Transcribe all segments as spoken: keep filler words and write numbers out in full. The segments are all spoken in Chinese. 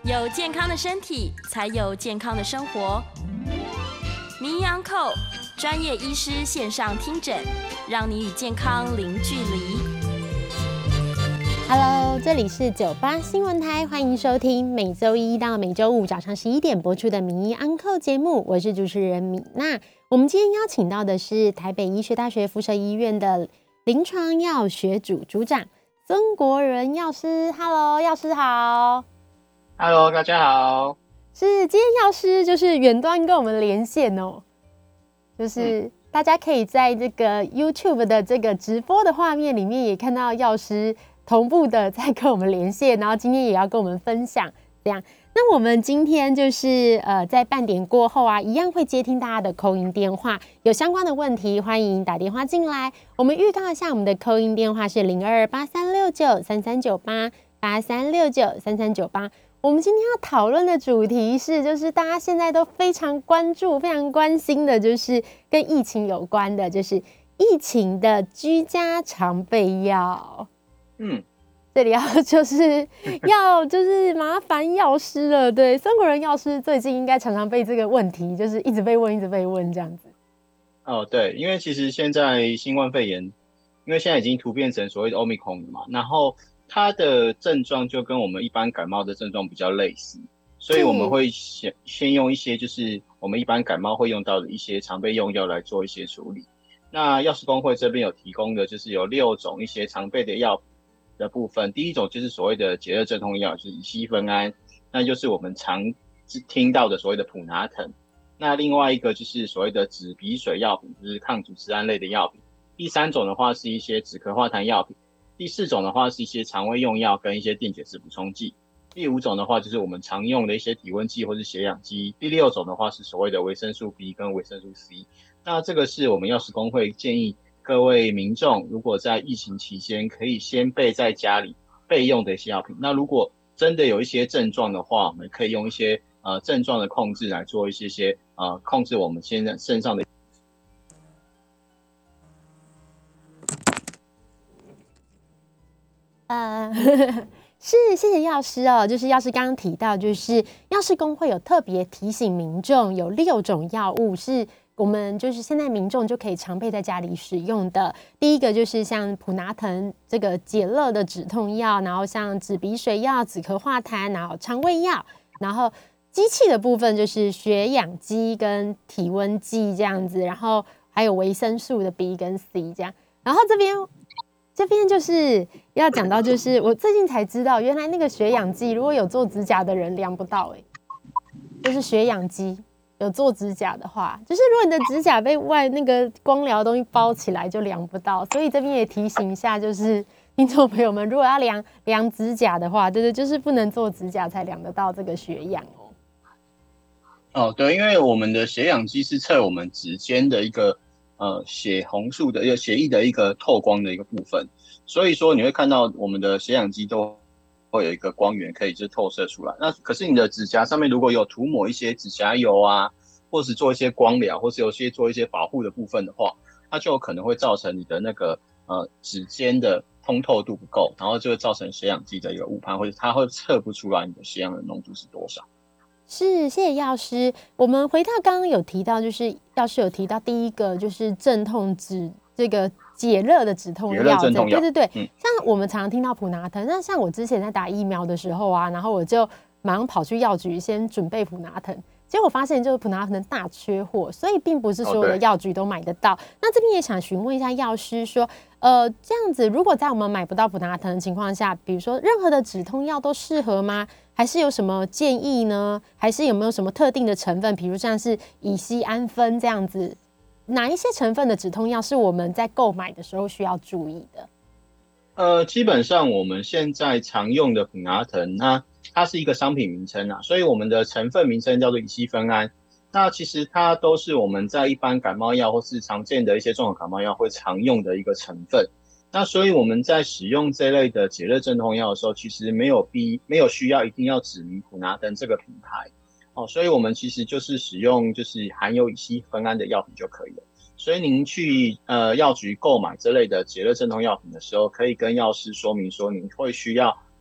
有健康的身体，才有健康的生活。名医安扣专业医师线上听诊，让你与健康零距离。 Hello， 这里是九八新闻台，欢迎收听每周一到每周五早上十一点播出的名医安扣节目，我是主持人米娜。我们今天邀请到的是台北医学大学附设医院的临床药学组组长孙国仁药师。Hello， 药师好。 Hello， 大家好。 是，今天药师就是远端跟我们连线哦，就是大家可以在这个 YouTube 的这个直播的画面里面也看到药师同步的在跟我们连线，然后今天也要跟我们分享这样。那我们今天就是呃在半点过后啊，一样会接听大家的 call in 电话，有相关的问题欢迎打电话进来。我们预告一下，我们的 call in 电话是零二八三六九三三九八八三六九三三九八。我们今天要讨论的主题是，就是大家现在都非常关注、非常关心的，就是跟疫情有关的，就是疫情的居家常备药。嗯，这里要就是要就是麻烦药师了。对，孙国仁药师最近应该常常被这个问题，就是一直被问、一直被问这样子。 哦，对，因为其实现在新冠肺炎，因为现在已经突变成所谓的 Omicron 了嘛，然后它的症状就跟我们一般感冒的症状比较类似，所以我们会先先用一些就是我们一般感冒会用到的一些常备用药来做一些处理。那药师公会这边有提供的就是有六种一些常备的药的部分，第一种就是所谓的解热镇痛药，就是乙酰酚胺，那就是我们常听到的所谓的普拿疼。那另外一个就是所谓的止鼻水药品，就是抗组织胺类的药品。第三种的话是一些止咳化痰药品。第四种的话是一些肠胃用药跟一些电解质补充剂。第五种的话就是我们常用的一些体温计或是血氧机。第六种的话是所谓的维生素 B 跟维生素 C。那这个是我们药师公会建议各位民众，如果在疫情期间可以先备在家里备用的一些药品。那如果真的有一些症状的话，我们可以用一些呃症状的控制来做一些些呃控制我们现在身上的。 呃，是，谢谢药师哦。就是药师刚刚提到，就是药师公会有特别提醒民众，有六种药物是我们就是现在民众就可以常备在家里使用的。第一个就是像普拿疼这个解热的止痛药，然后像止鼻水药、止咳化痰，然后肠胃药，然后机器的部分就是血氧机跟体温计这样子，然后还有维生素的 B 跟 C 这样。然后这边。这边就是要讲到，就是我最近才知道，原来那个血氧机如果有做指甲的人量不到、欸，就是血氧机有做指甲的话，就是如果你的指甲被外那个光疗的东西包起来，就量不到。所以这边也提醒一下，就是听众朋友们，如果要量量指甲的话，对对，就是不能做指甲才量得到这个血氧哦。 哦，对，因为我们的血氧机是测我们指尖的一个。呃，血红素的一个血液的一个透光的一个部分，所以说你会看到我们的血氧机都会有一个光源可以就透射出来。那可是你的指甲上面如果有涂抹一些指甲油啊，或是做一些光疗，或是有些做一些保护的部分的话，它就有可能会造成你的那个呃指尖的通透度不够，然后就会造成血氧机的一个误判，或者它会测不出来你的血氧的浓度是多少。 是，谢谢药师。我们回到刚刚有提到，就是药师有提到第一个就是镇痛止这个解热的止痛药， 对对对对、嗯。像我们常常听到普拿疼，那像我之前在打疫苗的时候啊，然后我就马上跑去药局先准备普拿疼，结果我发现就是普拿疼大缺货，所以并不是所有的药局都买得到。哦、那这边也想询问一下药师说，呃，这样子如果在我们买不到普拿疼的情况下，比如说任何的止痛药都适合吗？还是有什么建议呢？还是有没有什么特定的成分，比如像是乙酰氨酚这样子，哪一些成分的止痛药是我们在购买的时候需要注意的？ 呃，基本上我们现在常用的普拿疼，那它是一个商品名称啊，所以我们的成分名称叫做乙酰酚胺。那其实它都是我们在一般感冒药或是常见的一些综合感冒药会常用的一个成分。那所以我们在使用这类的解热镇痛药的时候，其实没有必没有需要一定要指明普拿疼这个品牌哦，所以我们其实就是使用就是含有乙酰酚胺的药品就可以了。所以您去呃药局购买这类的解热镇痛药品的时候，可以跟药师说明说您会需要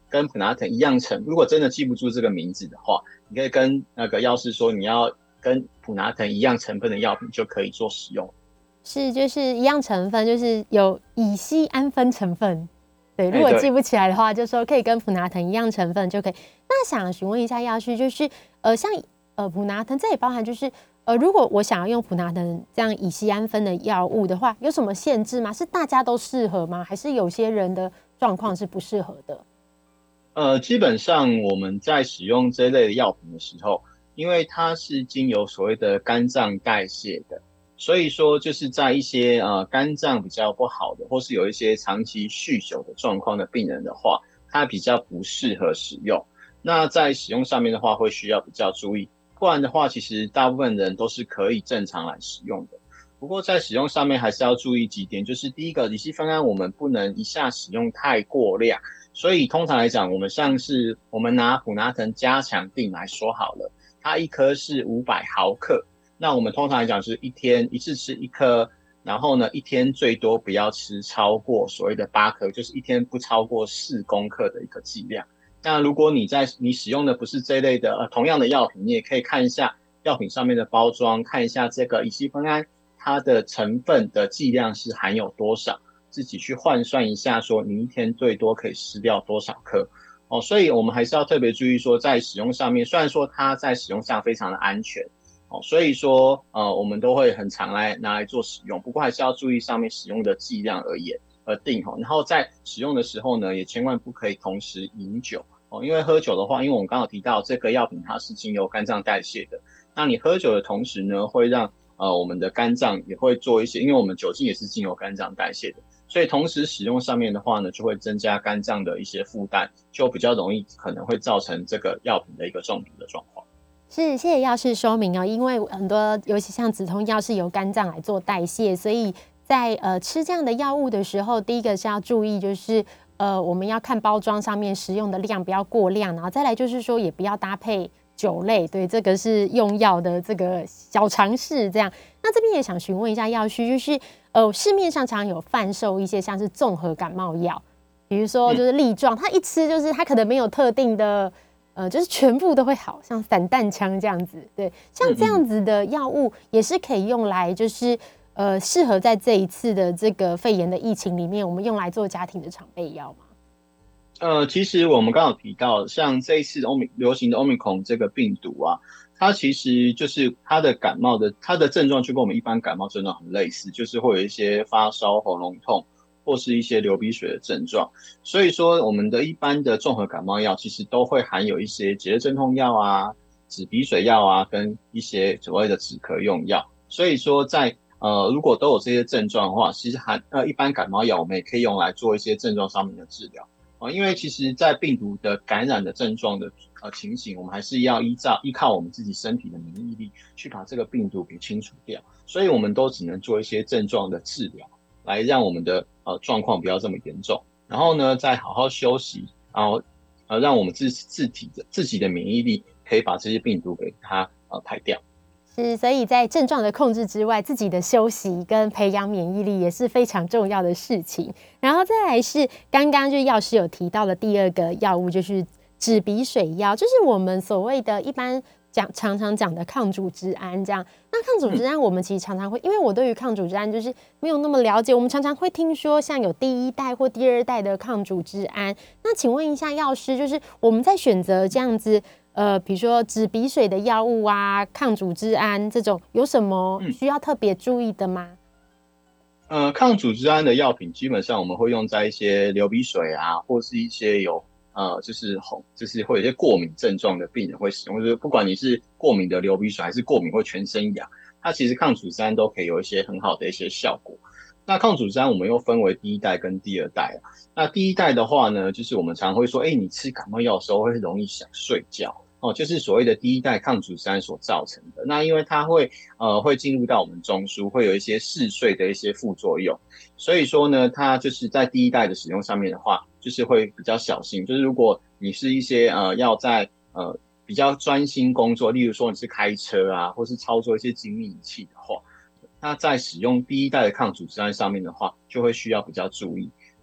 跟普拿疼一样成，如果真的记不住这个名字的话，你可以跟那个药师说你要跟普拿疼一样成分的药品就可以做使用。 是，就是一样成分，就是有乙酰氨酚成分。对，如果记不起来的话，就说可以跟普拿疼一样成分就可以。那想询问一下药师，就是呃，像呃普拿疼，这也包含就是呃，如果我想要用普拿疼这样乙酰氨酚的药物的话，有什么限制吗？是大家都适合吗？还是有些人的状况是不适合的？ 呃，基本上我们在使用这类的药品的时候，因为它是经由所谓的肝脏代谢的。所以说，就是在一些呃肝脏比较不好的，或是有一些长期酗酒的状况的病人的话，它比较不适合使用。那在使用上面的话，会需要比较注意。不然的话，其实大部分人都是可以正常来使用的。不过在使用上面还是要注意几点，就是第一个，乙酰酚胺我们不能一下使用太过量。所以通常来讲，我们像是我们拿普拿疼加强定来说好了，它一颗是五百毫克。那我们通常来讲是一天一次吃一颗，然后呢一天最多不要吃超过所谓的八颗，就是一天不超过四公克的一个剂量。那如果你在你使用的不是这类的呃同样的药品，你也可以看一下药品上面的包装，看一下这个乙酰酚胺它的成分的剂量是含有多少，自己去换算一下，说你一天最多可以吃掉多少颗。哦，所以我们还是要特别注意说，在使用上面，虽然说它在使用上非常的安全。哦，所以说，呃，我们都会很常来拿来做使用，不过还是要注意上面使用的剂量而言而定哈。然后在使用的时候呢，也千万不可以同时饮酒哦，因为喝酒的话，因为我们刚刚提到这个药品它是经由肝脏代谢的，那你喝酒的同时呢，会让呃我们的肝脏也会做一些，因为我们酒精也是经由肝脏代谢的，所以同时使用上面的话呢，就会增加肝脏的一些负担，就比较容易可能会造成这个药品的一个中毒的状况。 是，谢谢药师说明哦。因为很多，尤其像止痛药是由肝脏来做代谢，所以在呃吃这样的药物的时候，第一个是要注意，就是呃我们要看包装上面食用的量不要过量，然后再来就是说也不要搭配酒类，对，这个是用药的这个小常识。这样，那这边也想询问一下药师，就是呃市面上常有贩售一些像是综合感冒药，比如说就是粒状，它一吃就是它可能没有特定的。呃，就是全部都会好，像散弹枪这样子，对，像这样子的药物也是可以用来，就是呃，适合在这一次的这个肺炎的疫情里面，我们用来做家庭的常备药吗？ 呃，其实我们刚刚有提到，像这一次欧米流行的 Omicron 这个病毒啊，它其实就是它的感冒的，它的症状就跟我们一般感冒症状很类似，就是会有一些发烧、喉咙痛，或是一些流鼻水的症状。所以说，我们的一般的综合感冒药其实都会含有一些解热镇痛药啊、止鼻水药啊，跟一些所谓的止咳用药。所以说在，呃如果都有这些症状的话，其实含呃一般感冒药我们也可以用来做一些症状上面的治疗。哦，因为其实在病毒的感染的症状的呃情形，我们还是要依照依靠我们自己身体的免疫力去把这个病毒给清除掉，所以我们都只能做一些症状的治疗，来让我们的呃状况不要这么严重，然后呢再好好休息，然后呃让我们自自体的自己的免疫力可以把这些病毒给它呃排掉。 是，所以在症状的控制之外，自己的休息跟培养免疫力也是非常重要的事情。然后再来是刚刚就药师有提到的第二个药物，就是止鼻水药，就是我们所谓的一般讲常常讲的抗组织胺。这样，那抗组织胺我们其实常常会，因为我对于抗组织胺就是没有那么了解，我们常常会听说像有第一代或第二代的抗组织胺。那请问一下药师，就是我们在选择这样子。呃，比如说止鼻水的药物啊，抗组织胺这种，有什么需要特别注意的吗？ 嗯、呃，抗组织胺的药品基本上我们会用在一些流鼻水啊，或是一些有呃，就是红，就是会有一些过敏症状的病人会使用，就是不管你是过敏的流鼻水，还是过敏会全身痒，它其实抗组织胺都可以有一些很好的一些效果。那抗组织胺我们又分为第一代跟第二代啊。那第一代的话呢，就是我们常会说，哎，你吃感冒药的时候会容易想睡觉。哦，就是所谓的第一代抗组织胺所造成的。那因为它会呃会进入到我们中枢，会有一些嗜睡的一些副作用，所以说呢，它就是在第一代的使用上面的话，就是会比较小心。就是如果你是一些呃要在呃比较专心工作，例如说你是开车啊，或是操作一些精密仪器的话，那在使用第一代的抗组织胺上面的话，就会需要比较注意。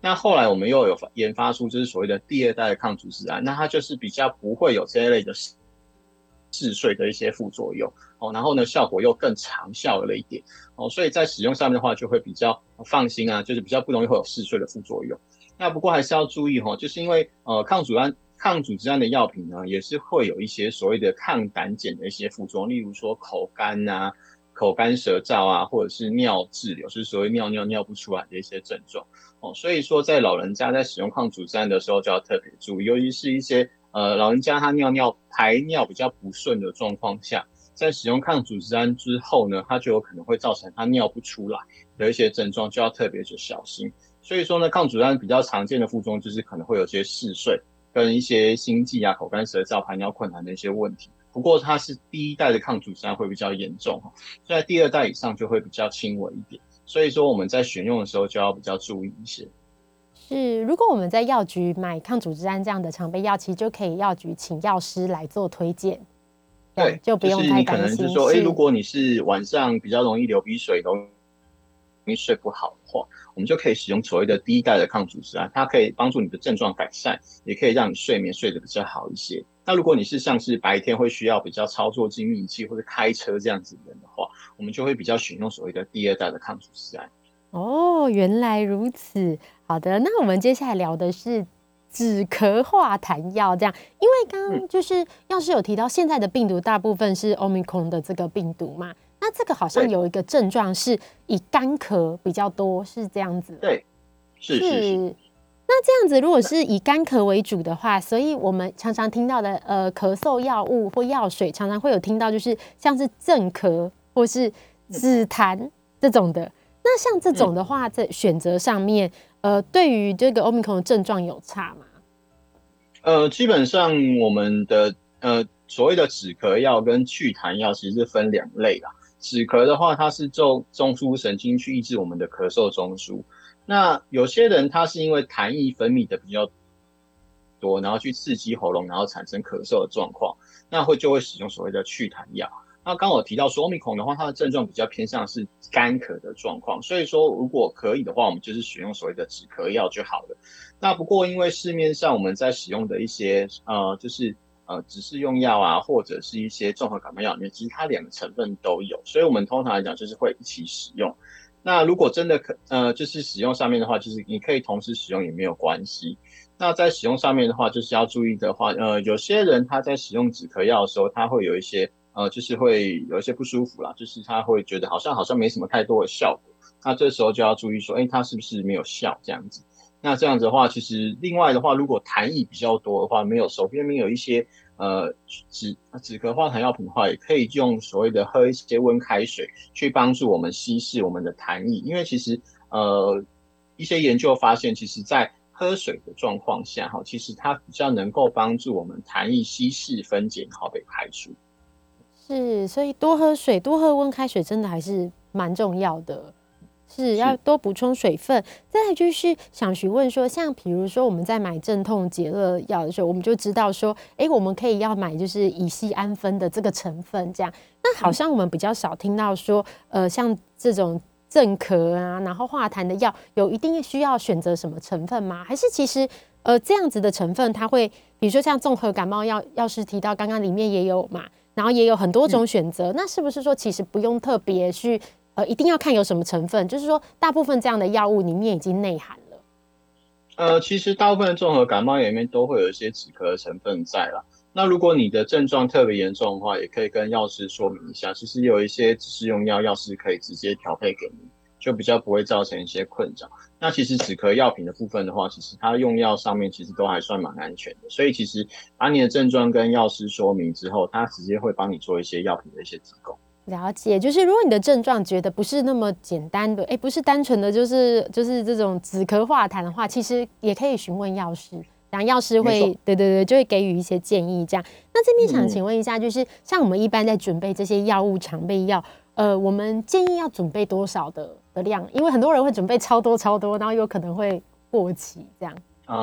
那后来我们又有研发出就是所谓的第二代的抗组织胺，那它就是比较不会有这一类的嗜睡的一些副作用哦，然后呢效果又更长效了一点哦，所以在使用上面的话就会比较放心啊，就是比较不容易会有嗜睡的副作用。那不过还是要注意哦，就是因为呃抗组胺抗组织胺的药品呢，也是会有一些所谓的抗胆碱的一些副作用，例如说口干啊、口干舌燥啊，或者是尿滞留，就是所谓尿尿尿不出来的一些症状哦。所以说在老人家在使用抗组织胺的时候就要特别注意，尤其是一些呃老人家他尿尿排尿比较不顺的状况下，在使用抗组织胺之后呢，它就有可能会造成他尿不出来的一些症状，就要特别去小心。所以说呢，抗组织胺比较常见的副作用就是可能会有些嗜睡，跟一些心悸啊、口干舌燥、排尿困难的一些问题。不过它是第一代的抗组织胺会比较严重，所以在第二代以上就会比较轻微一点。所以说我们在选用的时候就要比较注意一些。 是，如果我们在药局买抗组织胺这样的常备药，其实就可以药局请药师来做推荐， 对， 就不用太担心。 就是你可能是说，哎，如果你是晚上比较容易流鼻水，容易睡不好的话，我们就可以使用所谓的第一代的抗组织胺，它可以帮助你的症状改善，也可以让你睡眠睡得比较好一些。那如果你是像是白天会需要比较操作精密仪器或者开车这样子的人的话，我们就会比较选用所谓的第二代的抗组织胺。 哦，原来如此。好的，那我们接下来聊的是止咳化痰药，这样，因为刚刚就是药师有提到，现在的病毒大部分是 Omicron 的这个病毒嘛，那这个好像有一个症状是以干咳比较多，是这样子？ 对，是是是。 那这样子，如果是以干咳为主的话，所以我们常常听到的呃咳嗽药物或药水，常常会有听到就是像是镇咳或是止痰这种的。那像这种的话，在选择上面，呃，对于这个 Omicron 的症状有差吗？ 呃，基本上我们的呃所谓的止咳药跟祛痰药其实是分两类啦。止咳的话，它是中中枢神经去抑制我们的咳嗽中枢。那有些人他是因为痰液分泌的比较多，然后去刺激喉咙，然后产生咳嗽的状况，那会就会使用所谓的祛痰药。那刚刚我提到说 Omicron 的话，它的症状比较偏向是干咳的状况，所以说如果可以的话，我们就是使用所谓的止咳药就好了。那不过因为市面上我们在使用的一些呃就是呃指示用药啊，或者是一些综合感冒药里面，其实它两个成分都有，所以我们通常来讲就是会一起使用。那如果真的可呃就是使用上面的话，其实你可以同时使用也没有关系。那在使用上面的话，就是要注意的话，呃有些人他在使用止咳药的时候，他会有一些呃就是会有一些不舒服啦，就是他会觉得好像好像没什么太多的效果。那这时候就要注意说，哎，它是不是没有效这样子？那这样子的话，其实另外的话，如果痰液比较多的话，没有手边没有一些呃止止咳化痰药品的话，也可以用所谓的喝一些温开水去帮助我们稀释我们的痰液，因为其实呃一些研究发现，其实在喝水的状况下，哈，其实它比较能够帮助我们痰液稀释分解，然后被排出。 是，所以多喝水，多喝温开水，真的还是蛮重要的。是要多补充水分。再来就是想询问说，像比如说我们在买镇痛解热药的时候，我们就知道说，哎，我们可以要买就是乙酰氨酚的这个成分，这样。那好像我们比较少听到说，呃，像这种镇咳啊，然后化痰的药，有一定需要选择什么成分吗？还是其实呃这样子的成分，它会比如说像综合感冒药，药师提到刚刚里面也有嘛，然后也有很多种选择，嗯、那是不是说其实不用特别去？呃，一定要看有什么成分，就是说大部分这样的药物里面已经内含了。 呃，其实大部分的综合感冒药里面都会有一些止咳的成分在啦。那如果你的症状特别严重的话，也可以跟药师说明一下，其实有一些指示用药，药师可以直接调配给你，就比较不会造成一些困扰。那其实止咳药品的部分的话，其实它用药上面其实都还算蛮安全的，所以其实把你的症状跟药师说明之后，他直接会帮你做一些药品的一些提供。 了解，就是如果你的症状觉得不是那么简单的，哎，不是单纯的就是就是这种止咳化痰的话，其实也可以询问药师，然后药师会对对对就会给予一些建议。这样，那这边想请问一下，就是像我们一般在准备这些药物常备药，呃，我们建议要准备多少的的量？因为很多人会准备超多超多，然后有可能会过期这样。 呃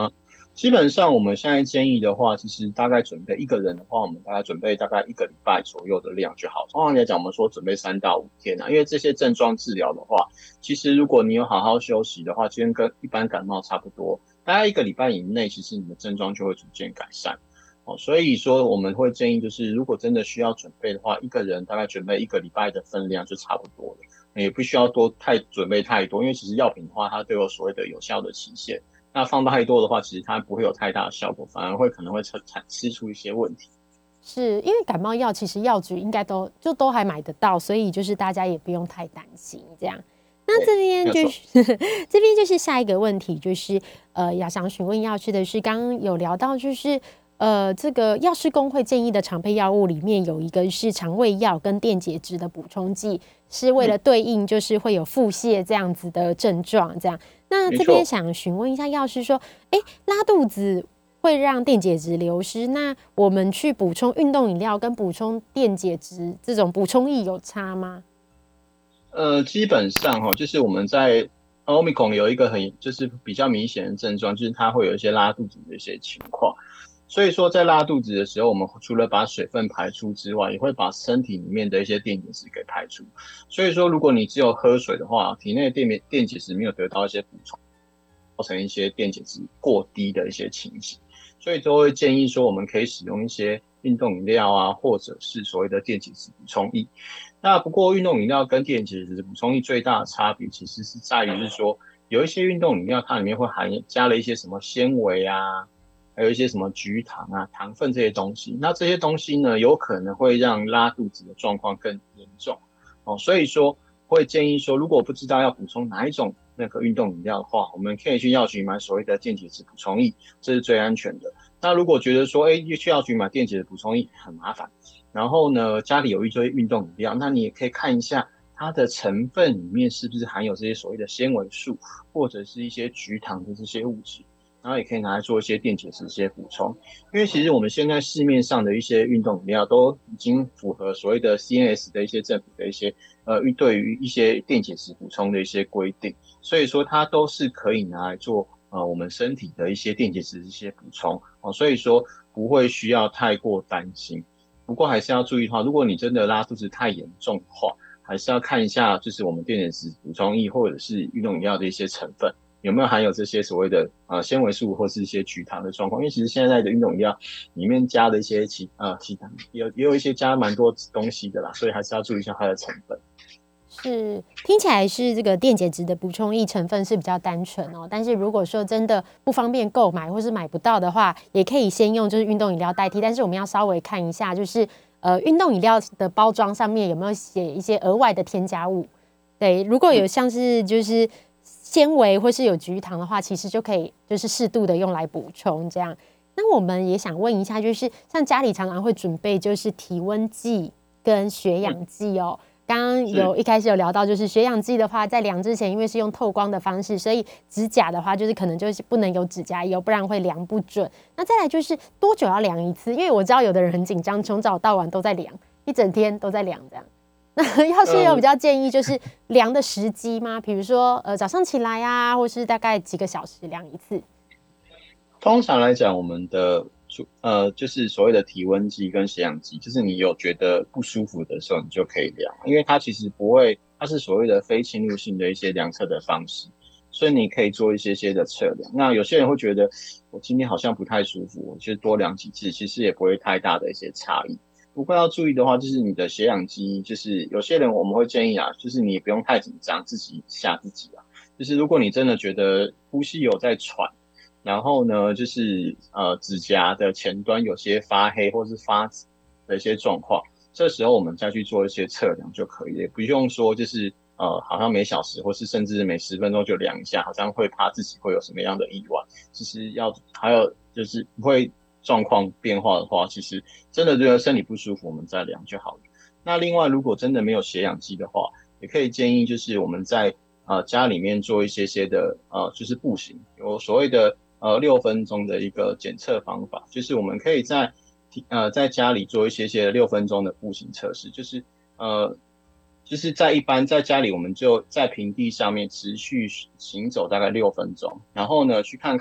基本上我们现在建议的话，其实大概准备一个人的话，我们大概准备大概一个礼拜左右的量就好。通常来讲，我们说准备三到五天啊，因为这些症状治疗的话，其实如果你有好好休息的话，其实跟一般感冒差不多，大概一个礼拜以内，其实你的症状就会逐渐改善。哦，所以说我们会建议，就是如果真的需要准备的话，一个人大概准备一个礼拜的分量就差不多了，也不需要多太准备太多，因为其实药品的话，它都有所谓的有效的期限。那放太多的话，其实它不会有太大的效果，反而会可能会产产吃出一些问题。 是因为感冒药其实药局应该都就都还买得到，所以就是大家也不用太担心这样。那这边就是这边就是下一个问题，就是呃，要想询问药师的是，刚刚有聊到就是呃，这个药师公会建议的常备药物里面有一个是肠胃药跟电解质的补充剂，是为了对应就是会有腹泻这样子的症状这样。那这边想询问一下药师说，哎，拉肚子会让电解质流失，那我们去补充运动饮料跟补充电解质这种补充液有差吗？ 呃，基本上哈，就是我们在 Omicron 有一个很就是比较明显的症状，就是它会有一些拉肚子的一些情况。所以说，在拉肚子的时候，我们除了把水分排出之外，也会把身体里面的一些电解质给排出。所以说，如果你只有喝水的话，体内的电电解质没有得到一些补充，造成一些电解质过低的一些情形。所以都会建议说，我们可以使用一些运动饮料啊，或者是所谓的电解质补充液。那不过，运动饮料跟电解质补充液最大的差别，其实是在于是说，有一些运动饮料它里面会含加了一些什么纤维啊。还有一些什么菊糖啊、糖分这些东西，那这些东西呢，有可能会让拉肚子的状况更严重哦。所以说，会建议说，如果不知道要补充哪一种那个运动饮料的话，我们可以去药局买所谓的电解质补充液，这是最安全的。那如果觉得说，哎，去药局买电解质补充液很麻烦，然后呢，家里有一堆运动饮料，那你也可以看一下它的成分里面是不是含有这些所谓的纤维素，或者是一些菊糖的这些物质。然后也可以拿来做一些电解质一些补充，因为其实我们现在市面上的一些运动饮料都已经符合所谓的 C N S 的一些政府的一些呃对于一些电解质补充的一些规定，所以说它都是可以拿来做呃我们身体的一些电解质一些补充哦，所以说不会需要太过担心。不过还是要注意的话，如果你真的拉肚子太严重的话，还是要看一下就是我们电解质补充液或者是运动饮料的一些成分。有没有含有这些所谓的呃纤维素或是一些菊糖的状况？因为其实现在的运动饮料里面加的一些其呃其他也有也有一些加蛮多东西的啦，所以还是要注意一下它的成分。 是听起来是这个电解质的补充液成分是比较单纯哦，但是如果说真的不方便购买或是买不到的话，也可以先用就是运动饮料代替，但是我们要稍微看一下，就是呃运动饮料的包装上面有没有写一些额外的添加物。对，如果有像是就是纤维或是有菊糖的话，其实就可以就是适度的用来补充这样。那我们也想问一下，就是像家里常常会准备就是体温计跟血氧计哦。刚刚有一开始有聊到，就是血氧计的话，在量之前，因为是用透光的方式，所以指甲的话，就是可能就是不能有指甲油，不然会量不准。那再来就是多久要量一次？因为我知道有的人很紧张，从早到晚都在量，一整天都在量这样。那要是有比较建议，就是量的时机吗？比如说，呃，早上起来啊，或是大概几个小时量一次？ 通常来讲，我们的呃就是所谓的体温计跟血氧计，就是你有觉得不舒服的时候，你就可以量，因为它其实不会，它是所谓的非侵入性的一些量测的方式，所以你可以做一些些的测量。那有些人会觉得我今天好像不太舒服，我就多量几次，其实也不会太大的一些差异。不过要注意的话，就是你的血氧机，就是有些人我们会建议啊，就是你不用太紧张，自己吓自己啊。就是如果你真的觉得呼吸有在喘，然后呢，就是呃指甲的前端有些发黑或是发紫的一些状况，这时候我们再去做一些测量就可以了，也不用说就是呃好像每小时或是甚至每十分钟就量一下，好像会怕自己会有什么样的意外。其实要还有就是不会状况变化的话，其实真的觉得身体不舒服，我们再量就好了。那另外，如果真的没有血氧机的话，也可以建议就是我们在呃家里面做一些些的呃就是步行，有所谓的呃六分钟的一个检测方法，就是我们可以在呃在家里做一些些六分钟的步行测试，就是呃就是在一般在家里我们就在平地上面持续行走大概六分钟，然后呢去看看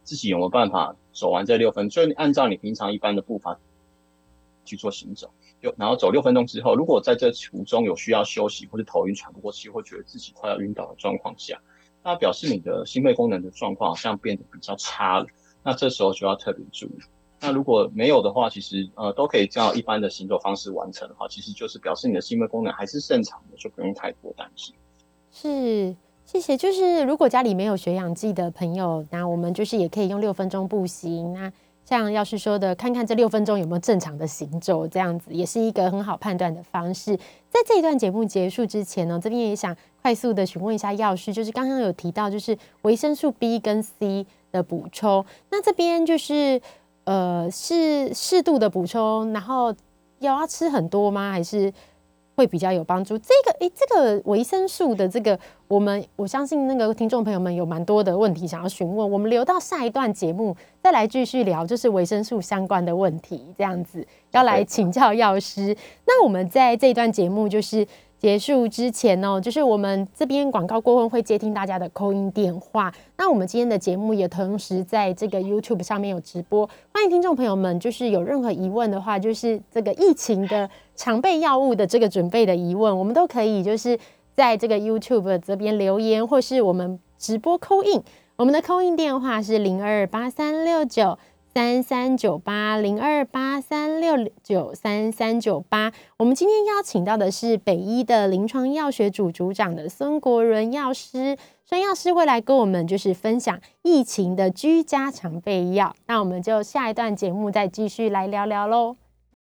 自己有没有办法走完这六分钟，就你按照你平常一般的步伐去做行走，然后走六分钟之后，如果在这途中有需要休息或者头晕喘不过气，或觉得自己快要晕倒的状况下，那表示你的心肺功能的状况好像变得比较差了，那这时候就要特别注意。那如果没有的话，其实呃都可以照一般的行走方式完成的话，其实就是表示你的心肺功能还是正常的，就不用太多担心。 是，谢谢。就是如果家里没有血氧计的朋友，那我们就是也可以用六分钟步行。那像药师说的，看看这六分钟有没有正常的行走，这样子也是一个很好判断的方式。在这一段节目结束之前呢，这边也想快速的询问一下药师，就是刚刚有提到就是维生素 B 跟 C 的补充，那这边就是呃是适度的补充，然后要要吃很多吗？还是会比较有帮助？这个诶，这个维生素的这个，我们我相信那个听众朋友们有蛮多的问题想要询问，我们留到下一段节目再来继续聊，就是维生素相关的问题，这样子要来请教药师。那我们在这一段节目就是结束之前哦，就是我们这边广告过后会接听大家的 call in 电话。那我们今天的节目也同时在这个 YouTube 上面有直播，欢迎听众朋友们，就是有任何疑问的话，就是这个疫情的常备药物的这个准备的疑问，我们都可以就是在这个 YouTube 这边留言，或是我们直播 call in。我们的 call in 电话是零二八三六九三三九八零二八三六九三三九八。我们今天邀请到的是北医的临床药学组组长的孙国伦药师，孙药师会来跟我们就是分享疫情的居家常备药。那我们就下一段节目再继续来聊聊咯。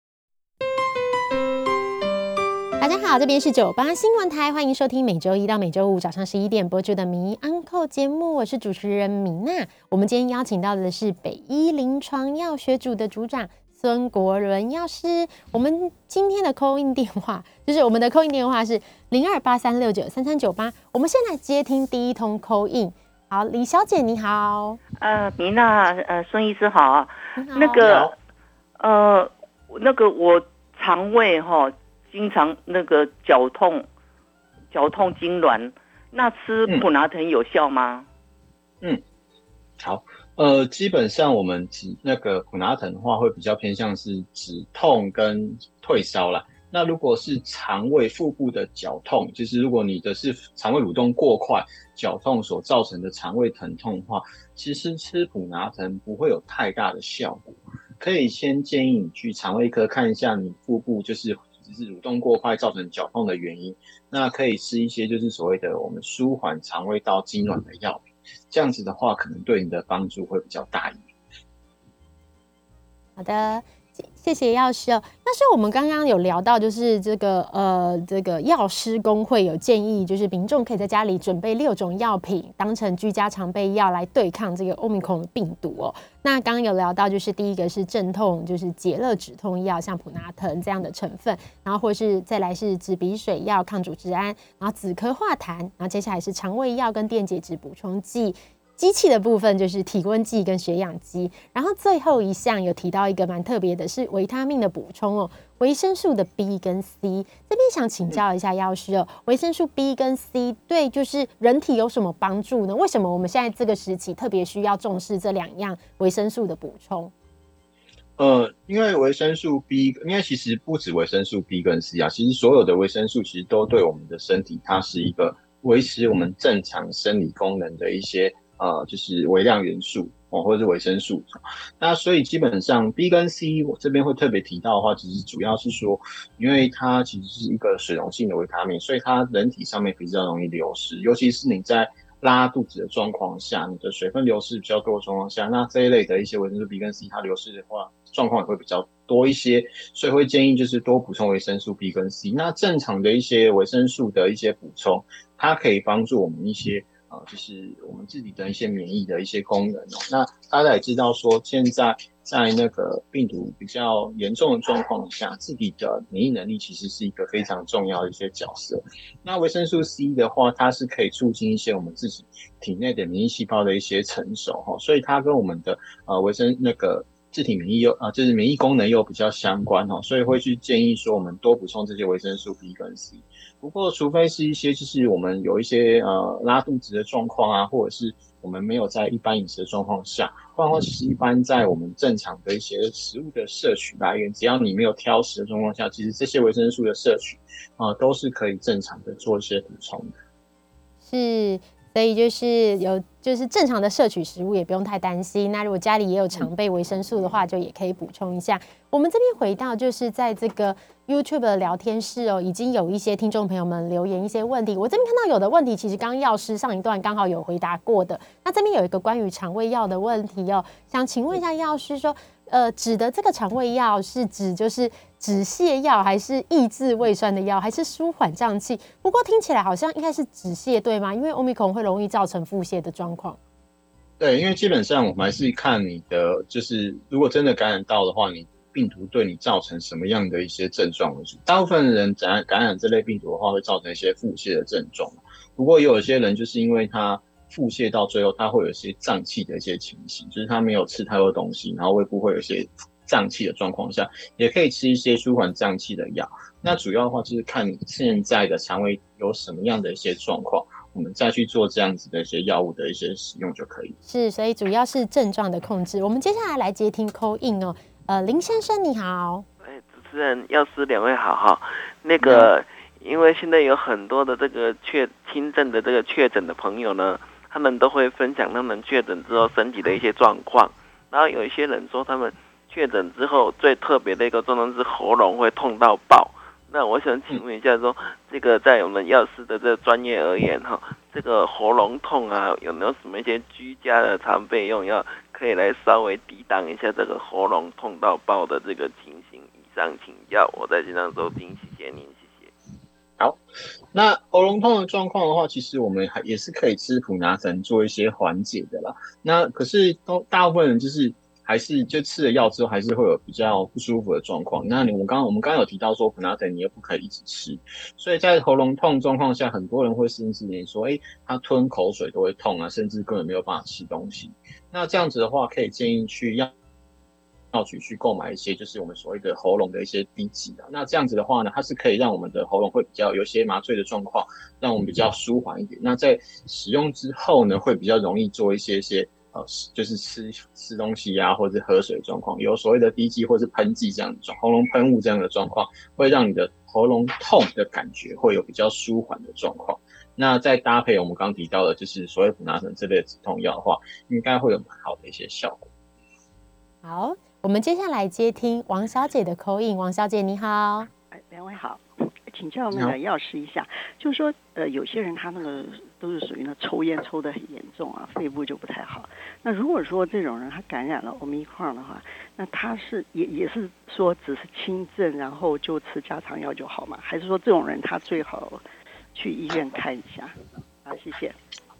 大家好，这边是九八新闻台，欢迎收听每周一到每周五早上十一点播出的名医 Uncle 节目，我是主持人米娜。我们今天邀请到的是北医临床药学组的组长孙国伦药师。我们今天的 call in 电话就是我们的 call in 电话是零二八三六九三三九八。我们现在接听第一通 call in。好，李小姐你好。 呃，米娜，呃，孙医师好。那个，呃，那个我肠胃哈。经常那个绞痛、绞痛痉挛，那吃普拿疼有效吗？ 嗯，好，呃，基本上我们止那个普拿疼的话，会比较偏向是止痛跟退烧啦。那如果是肠胃腹部的绞痛，就是如果你的是肠胃蠕动过快、绞痛所造成的肠胃疼痛的话，其实吃普拿疼不会有太大的效果。可以先建议你去肠胃科看一下你腹部就是只是蠕动过快造成绞痛的原因，那可以吃一些就是所谓的我们舒缓肠胃道痉挛的药品，这样子的话可能对你的帮助会比较大一点。 好的，谢谢药师哦。但是我们刚刚有聊到，就是这个呃，这个药师公会有建议，就是民众可以在家里准备六种药品，当成居家常备药来对抗这个 Omicron 的病毒哦。那刚刚有聊到，就是第一个是镇痛，就是解热止痛药，像普拿疼这样的成分，然后或是再来是止鼻水药、抗组织胺，然后止咳化痰，然后接下来是肠胃药跟电解质补充剂。机器的部分就是体温计跟血氧机，然后最后一项有提到一个蛮特别的，是维他命的补充哦，维生素的 B 跟 C。这边想请教一下药师哦，维生素 B 跟 C 对就是人体有什么帮助呢？为什么我们现在这个时期特别需要重视这两样维生素的补充？ 呃，因为维生素 B， 因为其实不止维生素 B 跟 C 啊，其实所有的维生素其实都对我们的身体，它是一个维持我们正常生理功能的一些。呃，就是微量元素哦，或者是维生素。那所以基本上 B 跟 C， 我这边会特别提到的话，其实主要是说，因为它其实是一个水溶性的维他命，所以它人体上面比较容易流失，尤其是你在拉肚子的状况下，你的水分流失比较多的状况下，那这一类的一些维生素 B 跟 C， 它流失的话，状况也会比较多一些，所以会建议就是多补充维生素 B 跟 C。那正常的一些维生素的一些补充，它可以帮助我们一些。呃，就是我们自己的一些免疫的一些功能哦。那大家也知道说，现在在那个病毒比较严重的状况下，自己的免疫能力其实是一个非常重要的一些角色。那维生素 C 的话，它是可以促进一些我们自己体内的免疫细胞的一些成熟哈，所以它跟我们的呃维生那个自体免疫又啊、呃，就是免疫功能又比较相关哈，所以会去建议说我们多补充这些维生素 B 跟 C。 不过，除非是一些就是我们有一些呃拉肚子的状况啊，或者是我们没有在一般饮食的状况下，不然的话，其实一般在我们正常的一些食物的摄取来源，只要你没有挑食的状况下，其实这些维生素的摄取啊、呃、都是可以正常的做一些补充的。 是。所以就是有就是正常的摄取食物也不用太担心。那如果家里也有常备维生素的话，就也可以补充一下。我们这边回到就是在这个 YouTube 的聊天室哦，已经有一些听众朋友们留言一些问题。我这边看到有的问题，其实刚刚药师上一段刚好有回答过的。那这边有一个关于肠胃药的问题哦，想请问一下药师说，呃，指的这个肠胃药是指就是止泻药，还是抑制胃酸的药，还是舒缓胀气？不过听起来好像应该是止泻，对吗？因为 Omicron 会容易造成腹泻的状况。 对，因为基本上我们还是看你的，就是如果真的感染到的话，你病毒对你造成什么样的一些症状为主。大部分的人感染感染这类病毒的话，会造成一些腹泻的症状。不过也有一些人就是因为他腹泻到最后，他会有一些胀气的一些情形，就是他没有吃太多东西，然后胃部会有一些胀气的状况下，也可以吃一些舒缓胀气的药。那主要的话就是看你现在的肠胃有什么样的一些状况，我们再去做这样子的一些药物的一些使用就可以。 是，所以主要是症状的控制。我们接下来来接听 call in 哦，呃，林先生你好。 哎，主持人、药师两位好哈。那个，因为现在有很多的这个确轻症的这个确诊的朋友呢，他们都会分享他们确诊之后身体的一些状况。然后有一些人说他们确诊之后最特别的一个状况是喉咙会痛到爆。那我想请问一下说，这个在我们药师的这个专业而言哈，这个喉咙痛啊，有没有什么一些居家的常备用药可以来稍微抵挡一下这个喉咙痛到爆的这个情形？以上请教，我在线上收听，谢谢您，谢谢。 好，那喉咙痛的状况的话，其实我们还也是可以吃普拿疼做一些缓解的啦。那可是都大部分人就是还是就吃了药之后，还是会有比较不舒服的状况。那你我刚刚我们刚刚有提到说普拿疼你又不可以一直吃，所以在喉咙痛状况下，很多人会甚至连说，哎，他吞口水都会痛啊，甚至根本没有办法吃东西。那这样子的话，可以建议去药药局去购买一些就是我们所谓的喉咙的一些滴剂啊。那这样子的话呢，它是可以让我们的喉咙会比较有些麻醉的状况，让我们比较舒缓一点。那在使用之后呢，会比较容易做一些些呃，就是吃吃东西啊，或者喝水的状况，有所谓的滴剂或是喷剂这样的状喉咙喷雾这样的状况，会让你的喉咙痛的感觉会有比较舒缓的状况。那再搭配我们刚刚提到的，就是所谓普拿疼这类的止痛药的话，应该会有蛮好的一些效果。 好，我们接下来接听王小姐的 call in。王小姐你好。 哎，两位好，请教那个药师一下，就是说，呃，有些人他那个都是属于那抽烟抽得很严重啊，肺部就不太好。那如果说这种人他感染了 Omicron 的话，那他是也也是说只是轻症，然后就吃家常药就好吗？还是说这种人他最好去医院看一下？好，谢谢。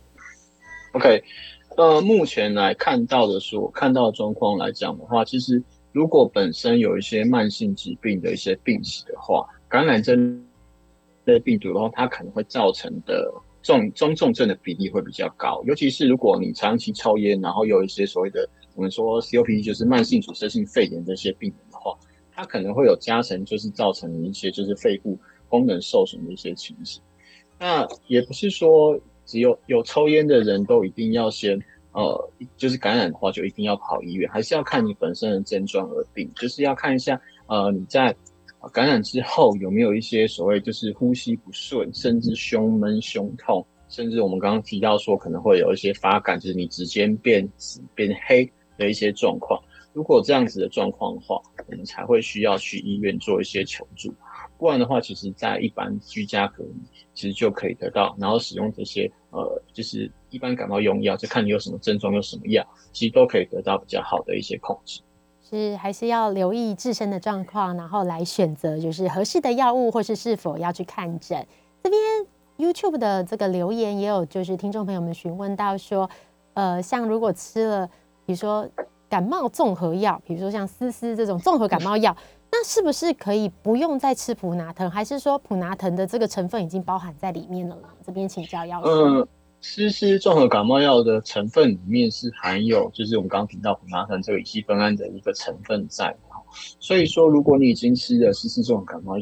OK。呃，目前来看到的说，看到的状况来讲的话，其实如果本身有一些慢性疾病的一些病史的话，感染这类病毒的话，它可能会造成的重中重症的比例会比较高。尤其是如果你长期抽烟，然后有一些所谓的我们说 C O P D 就是慢性阻塞性肺炎这些病人的话，它可能会有加成，就是造成一些就是肺部功能受损的一些情形。那也不是说只有有抽烟的人都一定要先呃，就是感染的话就一定要跑医院，还是要看你本身的症状而定，就是要看一下呃你在感染之后有没有一些所谓就是呼吸不顺，甚至胸闷、胸痛，甚至我们刚刚提到说可能会有一些发感，就是你指尖变紫、变黑的一些状况。如果这样子的状况的话，我们才会需要去医院做一些求助。不然的话，其实在一般居家隔离其实就可以得到，然后使用这些呃，就是一般感冒用药，就看你有什么症状，有什么药，其实都可以得到比较好的一些控制。 是，还是要留意自身的状况，然后来选择就是合适的药物，或是是否要去看诊。这边 YouTube 的这个留言也有，就是听众朋友们询问到说，呃，像如果吃了，比如说感冒综合药，比如说像丝丝这种综合感冒药，那是不是可以不用再吃普拿疼？还是说普拿疼的这个成分已经包含在里面了呢？这边请教药师。 嗯，丝丝综合感冒药的成分里面是含有，就是我们刚刚提到普拿疼这个乙酰酚胺的一个成分在。所以说，如果你已经吃了丝丝综合感冒药的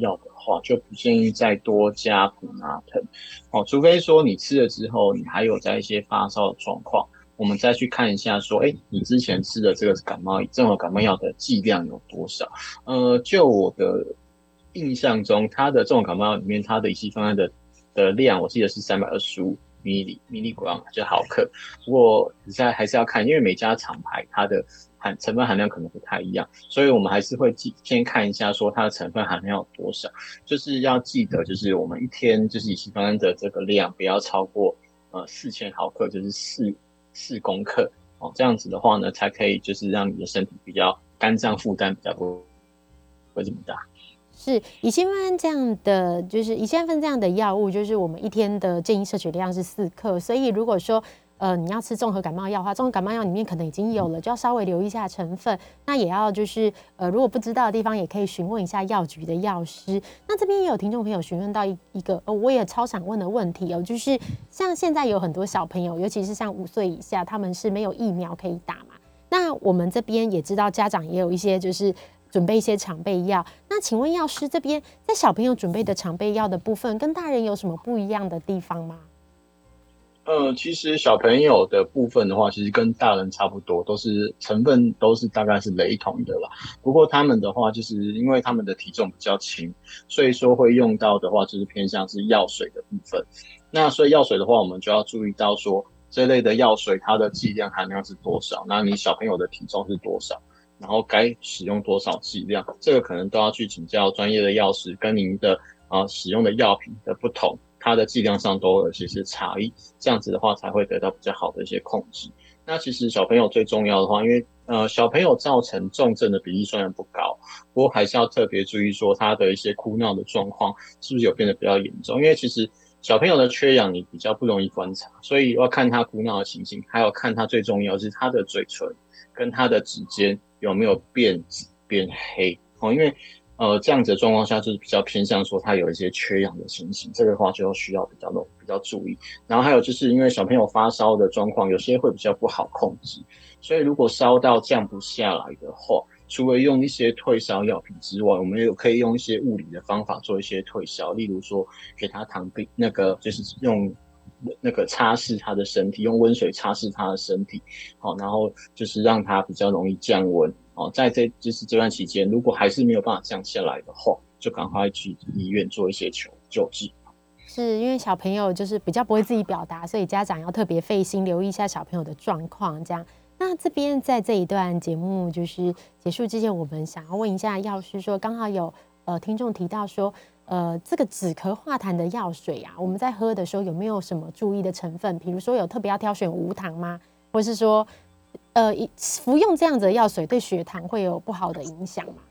话，就不建议再多加普拿疼，哦，除非说你吃了之后，你还有在一些发烧的状况，我们再去看一下说，哎，你之前吃的这个感冒综合感冒药的剂量有多少？呃，就我的印象中，它的这种感冒药里面，它的乙酰酚胺的的量，我记得是三百二十五米里米利格就毫克。不过现在还是要看，因为每家厂牌它的含成分含量可能不太一样，所以我们还是会先看一下说它的成分含量有多少。就是要记得，就是我们一天就是乙酰酚胺的这个量不要超过呃四千毫克，就是四四公克哦。这样子的话呢，才可以就是让你的身体比较肝脏负担比较不会这么大。 是乙酰酚胺这样的，就是乙酰酚这样的药物，就是我们一天的建议摄取量是四克，所以如果说呃你要吃综合感冒药的话，综合感冒药里面可能已经有了，就要稍微留意一下成分。那也要就是呃如果不知道的地方，也可以询问一下药局的药师。那这边也有听众朋友询问到一一个呃我也超想问的问题哦，就是像现在有很多小朋友，尤其是像五岁以下，他们是没有疫苗可以打嘛？那我们这边也知道，家长也有一些就是准备一些常备药。那请问药师这边在小朋友准备的常备药的部分，跟大人有什么不一样的地方吗？ 呃，其实小朋友的部分的话，其实跟大人差不多，都是成分都是大概是雷同的啦。不过他们的话，就是因为他们的体重比较轻，所以说会用到的话，就是偏向是药水的部分。那所以药水的话，我们就要注意到说，这类的药水它的剂量含量是多少，那你小朋友的体重是多少，然后该使用多少剂量，这个可能都要去请教专业的药师，跟您的呃使用的药品的不同，它的剂量上都有一些差异，这样子的话才会得到比较好的一些控制。那其实小朋友最重要的话，因为呃小朋友造成重症的比例虽然不高，不过还是要特别注意说他的一些哭闹的状况是不是有变得比较严重，因为其实小朋友的缺氧你比较不容易观察，所以要看他哭闹的情形，还有看他最重要的是他的嘴唇跟他的指尖有没有变紫变黑哦，因为呃这样子的状况下就是比较偏向说他有一些缺氧的情形，这个的话就需要比较比较注意。然后还有就是因为小朋友发烧的状况有些会比较不好控制，所以如果烧到降不下来的话，除了用一些退烧药品之外，我们也可以用一些物理的方法做一些退烧，例如说给他糖冰，那个就是用那个擦拭他的身体，用温水擦拭他的身体，好，然后就是让他比较容易降温。哦，在这就是这段期间，如果还是没有办法降下来的话，就赶快去医院做一些求救治。 是因为小朋友就是比较不会自己表达，所以家长要特别费心留意一下小朋友的状况。这样，那这边在这一段节目就是结束之前，我们想要问一下药师说，刚好有呃听众提到说，呃，这个止咳化痰的药水啊，我们在喝的时候有没有什么注意的成分？比如说有特别要挑选无糖吗？或是说，呃，服用这样子的药水对血糖会有不好的影响吗？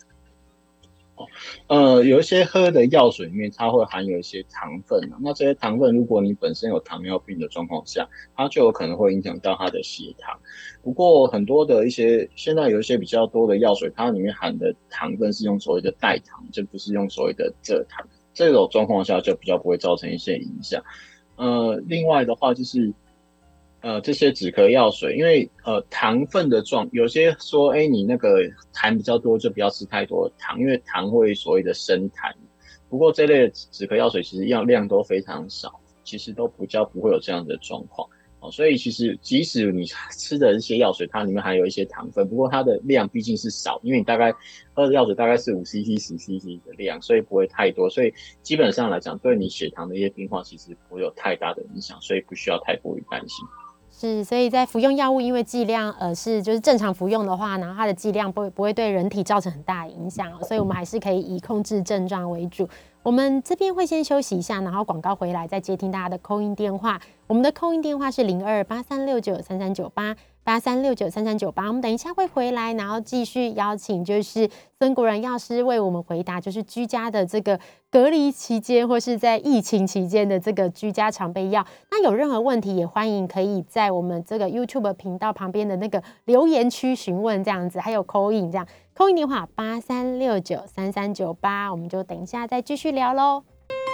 呃，有一些喝的药水里面，它会含有一些糖分啊。那这些糖分，如果你本身有糖尿病的状况下，它就有可能会影响到它的血糖。不过很多的一些，现在有一些比较多的药水，它里面含的糖分是用所谓的代糖，就不是用所谓的蔗糖。这种状况下就比较不会造成一些影响。呃，另外的话就是。呃，这些止咳药水，因为呃糖分的状，有些说，哎，你那个痰比较多，就不要吃太多的糖，因为糖会所谓的生痰。不过这类的止咳药水其实样量都非常少，其实都比较不会有这样的状况。哦，所以其实即使你吃的一些药水，它里面含有一些糖分，不过它的量毕竟是少，因为你大概喝的药水大概是五 C C、十 C C 的量，所以不会太多，所以基本上来讲，对你血糖的一些变化其实不会有太大的影响，所以不需要太过于担心。 是，所以在服用药物，因为剂量呃是就是正常服用的话，然后它的剂量不会不会对人体造成很大的影响，所以我们还是可以以控制症状为主。我们这边会先休息一下，然后广告回来再接听大家的 call in 电话。我们的 call in 电话是零二八三六九三三九八八三六九三三九八。我们等一下会回来，然后继续邀请就是孙国仁药师为我们回答，就是居家的这个隔离期间或是在疫情期间的这个居家常备药。那有任何问题也欢迎可以在我们这个 YouTube 频道旁边的那个留言区询问，这样子，还有 call in 这样。call in 电话八三六九三三九八，我们就等一下再继续聊喽。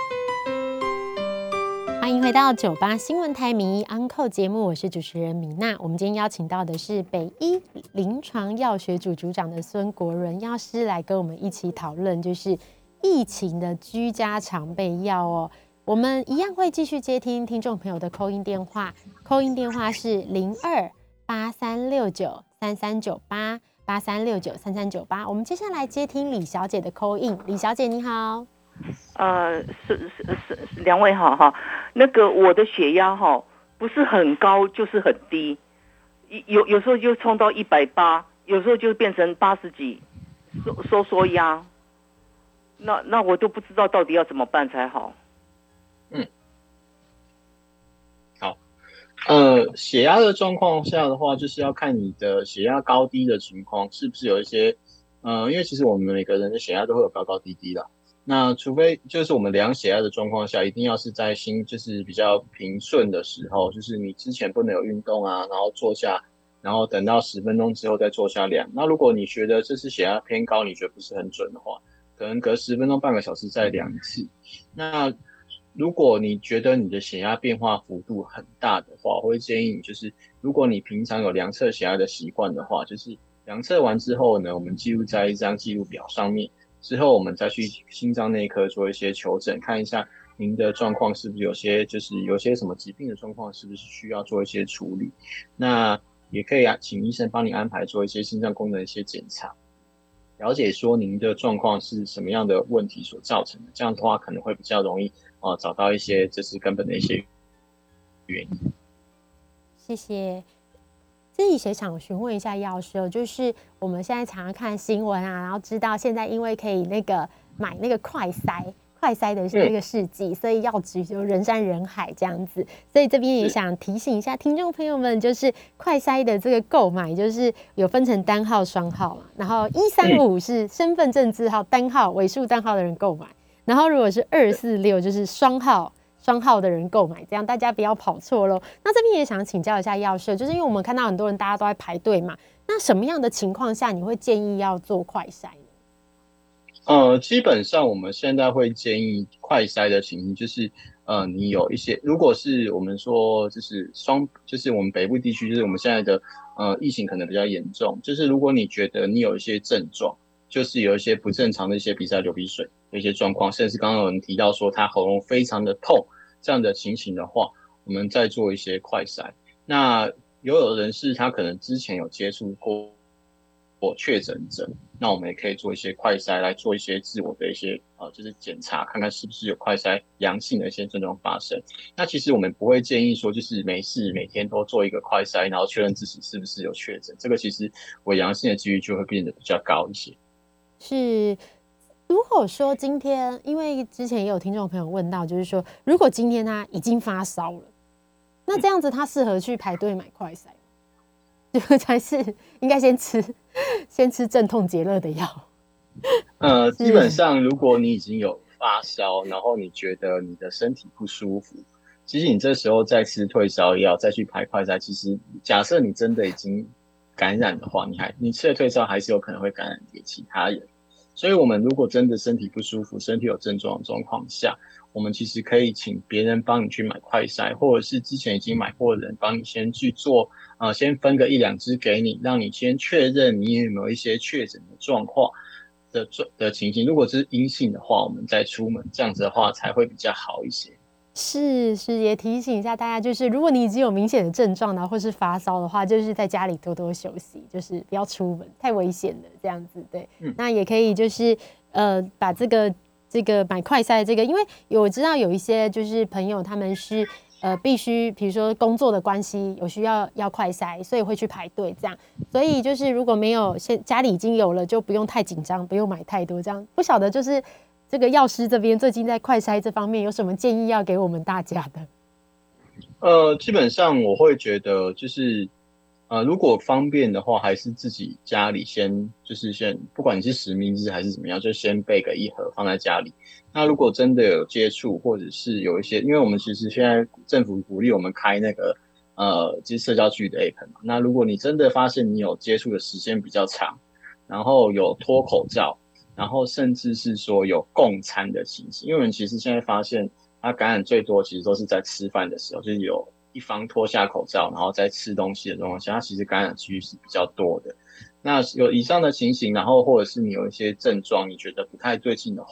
欢迎回到九八新闻台名医 Uncle 节目，我是主持人米娜。我们今天邀请到的是北医临床药学组组长的孙国仁药师，来跟我们一起讨论，就是疫情的居家常备药哦。我们一样会继续接听听众朋友的 call in 电话 ，call in 电话是零二八三六九三三九八八三六九三三九八。我们接下来接听李小姐的 call in， 李小姐你好。 呃，是是是，两位好哈。那个我的血压哈不是很高，就是很低，有有时候就冲到一百八，有时候就变成八十几，收收缩压。那那我都不知道到底要怎么办才好。 嗯，好，呃，血压的状况下的话，就是要看你的血压高低的情况，是不是有一些，呃，因为其实我们每个人的血压都会有高高低低啦。那除非就是我们量血压的状况下，一定要是在心就是比较平顺的时候，就是你之前不能有运动啊，然后坐下，然后等到十分钟之后再坐下量。那如果你觉得这次血压偏高，你觉得不是很准的话，可能隔十分钟半个小时再量一次。那如果你觉得你的血压变化幅度很大的话，我会建议你就是，如果你平常有量测血压的习惯的话，就是量测完之后呢，我们记录在一张记录表上面，之后我们再去心脏内科做一些求诊，看一下您的状况是不是有些就是有些什么疾病的状况，是不是需要做一些处理。那也可以啊，请医生帮你安排做一些心脏功能的一些检查。了解说您的状况是什么样的问题所造成的，这样的话可能会比较容易呃找到一些这是根本的一些原因。 谢谢。这里也想询问一下药师哦，就是我们现在常常看新闻啊，然后知道现在因为可以那个买那个快筛。快筛的那个试剂，所以药局就人山人海这样子，所以这边也想提醒一下听众朋友们，就是快筛的这个购买，就是有分成单号、双号嘛，然后一三五是身份证字号单号尾数单号的人购买，然后如果是二四六就是双号双号的人购买，这样大家不要跑错咯。那这边也想请教一下药师，就是因为我们看到很多人大家都在排队嘛，那什么样的情况下你会建议要做快筛呢？ 呃，基本上我们现在会建议快筛的情形，就是呃，你有一些，如果是我们说就是双，就是我们北部地区，就是我们现在的呃疫情可能比较严重，就是如果你觉得你有一些症状，就是有一些不正常的一些鼻塞、流鼻水的一些状况，甚至刚刚有人提到说他喉咙非常的痛这样的情形的话，我们再做一些快筛。那有有人是他可能之前有接触过或确诊者，那我们也可以做一些快筛来做一些自我的一些呃，就是检查，看看是不是有快筛阳性的一些症状发生。那其实我们不会建议说，就是没事每天都做一个快筛，然后确认自己是不是有确诊，这个其实伪阳性的几率就会变得比较高一些。 是，如果说今天，因为之前也有听众朋友问到，就是说，如果今天他已经发烧了，那这样子他适合去排队买快筛？这个才是应该先吃，先吃镇痛解热的药。 呃，基本上如果你已经有发烧，然后你觉得你的身体不舒服，其实你这时候再吃退烧药，再去排快筛，其实假设你真的已经感染的话，你还你吃了退烧还是有可能会感染给其他人。所以我们如果真的身体不舒服，身体有症状的状况下，我们其实可以请别人帮你去买快筛，或者是之前已经买过的人帮你先去做，呃，先分个一两支给你，让你先确认你有没有一些确诊的状况的的情形。如果是阴性的话，我们再出门，这样子的话才会比较好一些。 是是，也提醒一下大家，就是如果你已经有明显的症状呢，或是发烧的话，就是在家里多多休息，就是不要出门，太危险了，这样子对。嗯、那也可以就是呃，把这个这个买快筛这个，因为我知道有一些就是朋友他们是呃必须，比如说工作的关系有需要要快筛，所以会去排队这样。所以就是如果没有现家里已经有了，就不用太紧张，不用买太多这样。不晓得就是。这个药师这边最近在快筛这方面有什么建议要给我们大家的？ 呃，基本上我会觉得就是，呃，如果方便的话，还是自己家里先就是先，不管你是实名制还是怎么样，就先备个一盒放在家里。那如果真的有接触，或者是有一些，因为我们其实现在政府鼓励我们开那个呃，就是社交距离的 app 嘛。那如果你真的发现你有接触的时间比较长，然后有脱口罩。然后甚至是说有共餐的情形，因为我们其实现在发现，它感染最多其实都是在吃饭的时候，就是有一方脱下口罩，然后在吃东西的状况下，它其实感染几率是比较多的。那有以上的情形，然后或者是你有一些症状，你觉得不太对劲的话，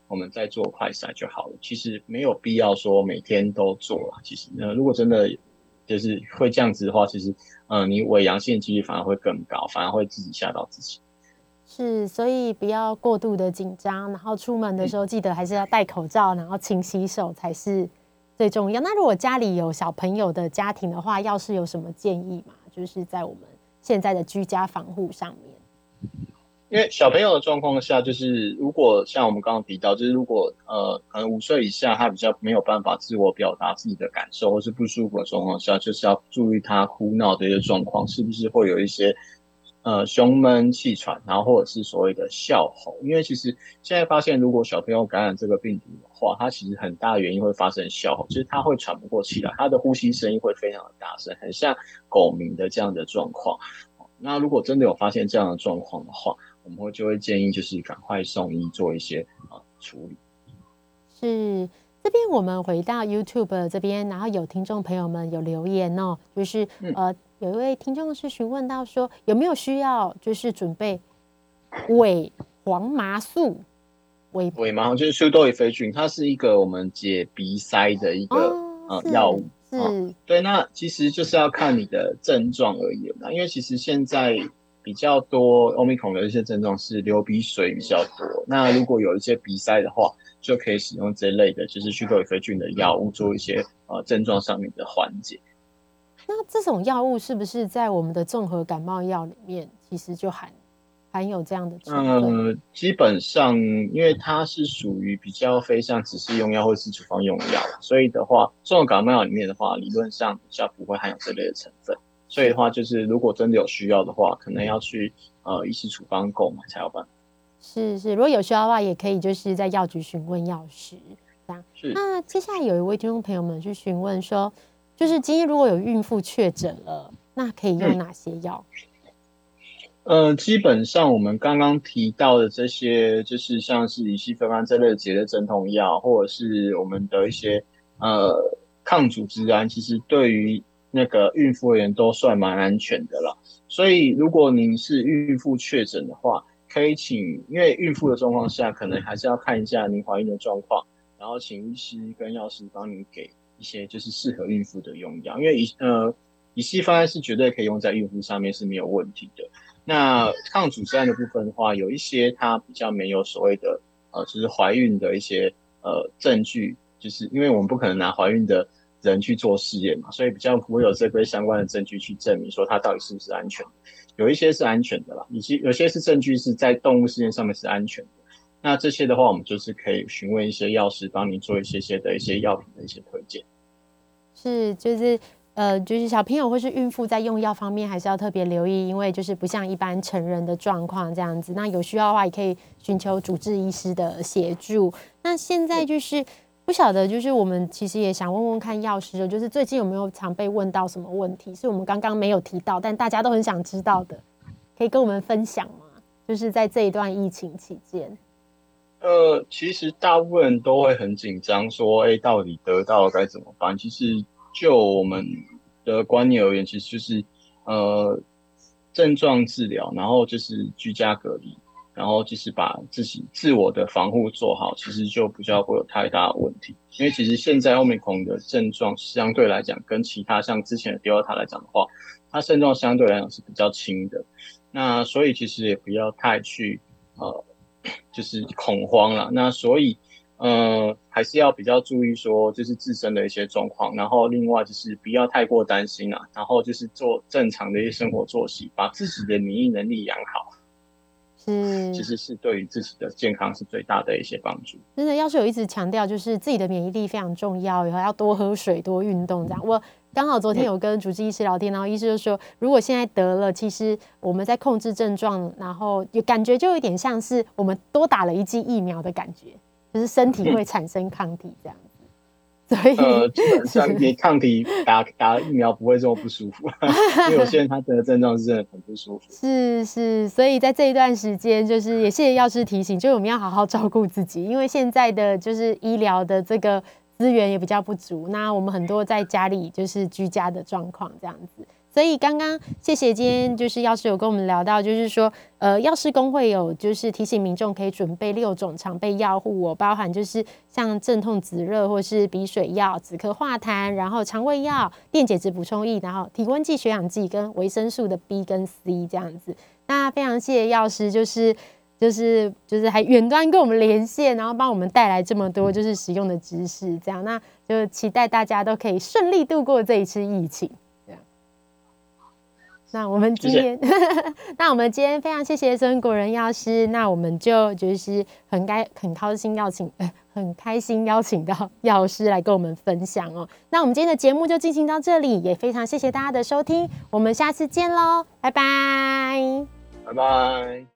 我们再做快筛就好了。其实没有必要说每天都做啦。其实呃，如果真的就是会这样子的话，其实呃，你伪阳性的几率反而会更高，反而会自己吓到自己。 是，所以不要过度的紧张，然后出门的时候记得还是要戴口罩，然后勤洗手才是最重要。那如果家里有小朋友的家庭的话，药师有什么建议吗？就是在我们现在的居家防护上面。 因为小朋友的状况下，就是如果像我们刚刚提到，就是如果呃可能五岁以下他比较没有办法自我表达自己的感受或是不舒服的状况下，就是要注意他哭闹的一些状况，是不是会有一些呃胸闷气喘，然后或者是所谓的哮吼。因为其实现在发现，如果小朋友感染这个病毒的话，他其实很大的原因会发生哮吼，就是他会喘不过气来，他的呼吸声音会非常的大声，很像狗鸣的这样的状况。那如果真的有发现这样的状况的话，我们会就会建议就是赶快送医做一些呃处理。 是，这边我们回到 YouTube 这边，然后有听众朋友们有留言哦，就是、嗯、呃有一位听众是询问到说有没有需要就是准备伪黄麻素。伪伪麻就是苏多伊非菌，它是一个我们解鼻塞的一个、哦、呃药物。 是、 哦，对，那其实就是要看你的症状而言啦，因为其实现在比较多 Omicron 的一些症状是流鼻水比较多，那如果有一些鼻塞的话，就可以使用这类的就是去多伊非菌的药物做一些呃症状上面的缓解。 那这种药物是不是在我们的综合感冒药里面其实就含含有这样的成分？ 呃，基本上因为它是属于比较非像只是用药或是处方用药，所以的话综合感冒药里面的话理论上比较不会含有这类的成分，所以的话就是如果真的有需要的话，可能要去呃医师处方购买才有办法。 是是，如果有需要的话也可以就是在药局询问药师这样。那接下来有一位听众朋友们去询问说，就是今天如果有孕妇确诊了，那可以用哪些药？嗯呃，基本上我们刚刚提到的这些，就是像是乙酰酚胺这类的解热镇痛药，或者是我们的一些呃抗组织胺，其实对于那个孕妇而言都算蛮安全的啦。所以如果您是孕妇确诊的话，可以请，因为孕妇的状况下，可能还是要看一下您怀孕的状况，然后请医师跟药师帮您给一些就是适合孕妇的用药，因为乙呃乙酰酚胺是绝对可以用在孕妇上面是没有问题的。那抗组织胺的部分的话，有一些它比较没有所谓的呃，就是怀孕的一些呃证据，就是因为我们不可能拿怀孕的人去做试验嘛，所以比较不会有这个相关的证据去证明说它到底是不是安全的。有一些是安全的啦，以及有些是证据是在动物试验上面是安全的。那这些的话，我们就是可以询问一些药师，帮你做一些些的一些药品的一些推荐。 是，就是。呃，就是小朋友或是孕妇在用药方面还是要特别留意，因为就是不像一般成人的状况这样子。那有需要的话，也可以寻求主治医师的协助。那现在就是不晓得，就是我们其实也想问问看药师，就是最近有没有常被问到什么问题，是我们刚刚没有提到，但大家都很想知道的，可以跟我们分享吗？就是在这一段疫情期间。 呃，其实大部分人都会很紧张，说，哎，到底得到了该怎么办？其实。就我们的观念而言，其实就是呃症状治疗，然后就是居家隔离，然后就是把自己自我的防护做好，其实就比较不会有太大的问题。因为其实现在 Omicron 的症状相对来讲，跟其他像之前的 Delta 来讲的话，它症状相对来讲是比较轻的。那所以其实也不要太去呃就是恐慌啦。那所以。呃，还是要比较注意说，就是自身的一些状况，然后另外就是不要太过担心啊，然后就是做正常的一些生活作息，把自己的免疫能力养好， 是， 其实是对于自己的健康是最大的一些帮助。 真的，要是有一直强调，就是自己的免疫力非常重要，以后要多喝水、多运动这样。我刚好昨天有跟主治医师聊天，然后医师就说，如果现在得了，其实我们在控制症状，然后有感觉就有点像是我们多打了一剂疫苗的感觉。就是身体会产生抗体这样子，所以呃，基本上你抗体打打疫苗不会这么不舒服，因为有些人他得的症状是真的很不舒服。 是是，所以在这一段时间，就是也谢谢药师提醒，就是我们要好好照顾自己，因为现在的就是医疗的这个资源也比较不足，那我们很多在家里就是居家的状况这样子。 所以刚刚谢谢今天就是药师有跟我们聊到，就是说呃药师公会有就是提醒民众可以准备六种常备药物哦，包含就是像镇痛止热或是鼻水药、止咳化痰，然后肠胃药、电解质补充液，然后体温计、血氧计跟维生素的 B 跟 C 这样子。那非常谢谢药师，就是就是就是还远端跟我们连线，然后帮我们带来这么多就是实用的知识，这样那就期待大家都可以顺利度过这一次疫情。那我们今天，谢谢那我们今天非常谢谢孙国仁药师，那我们就就是很该很高兴邀请，呃，很开心邀请到药师来跟我们分享哦。那我们今天的节目就进行到这里，也非常谢谢大家的收听，我们下次见喽，拜拜， 拜拜。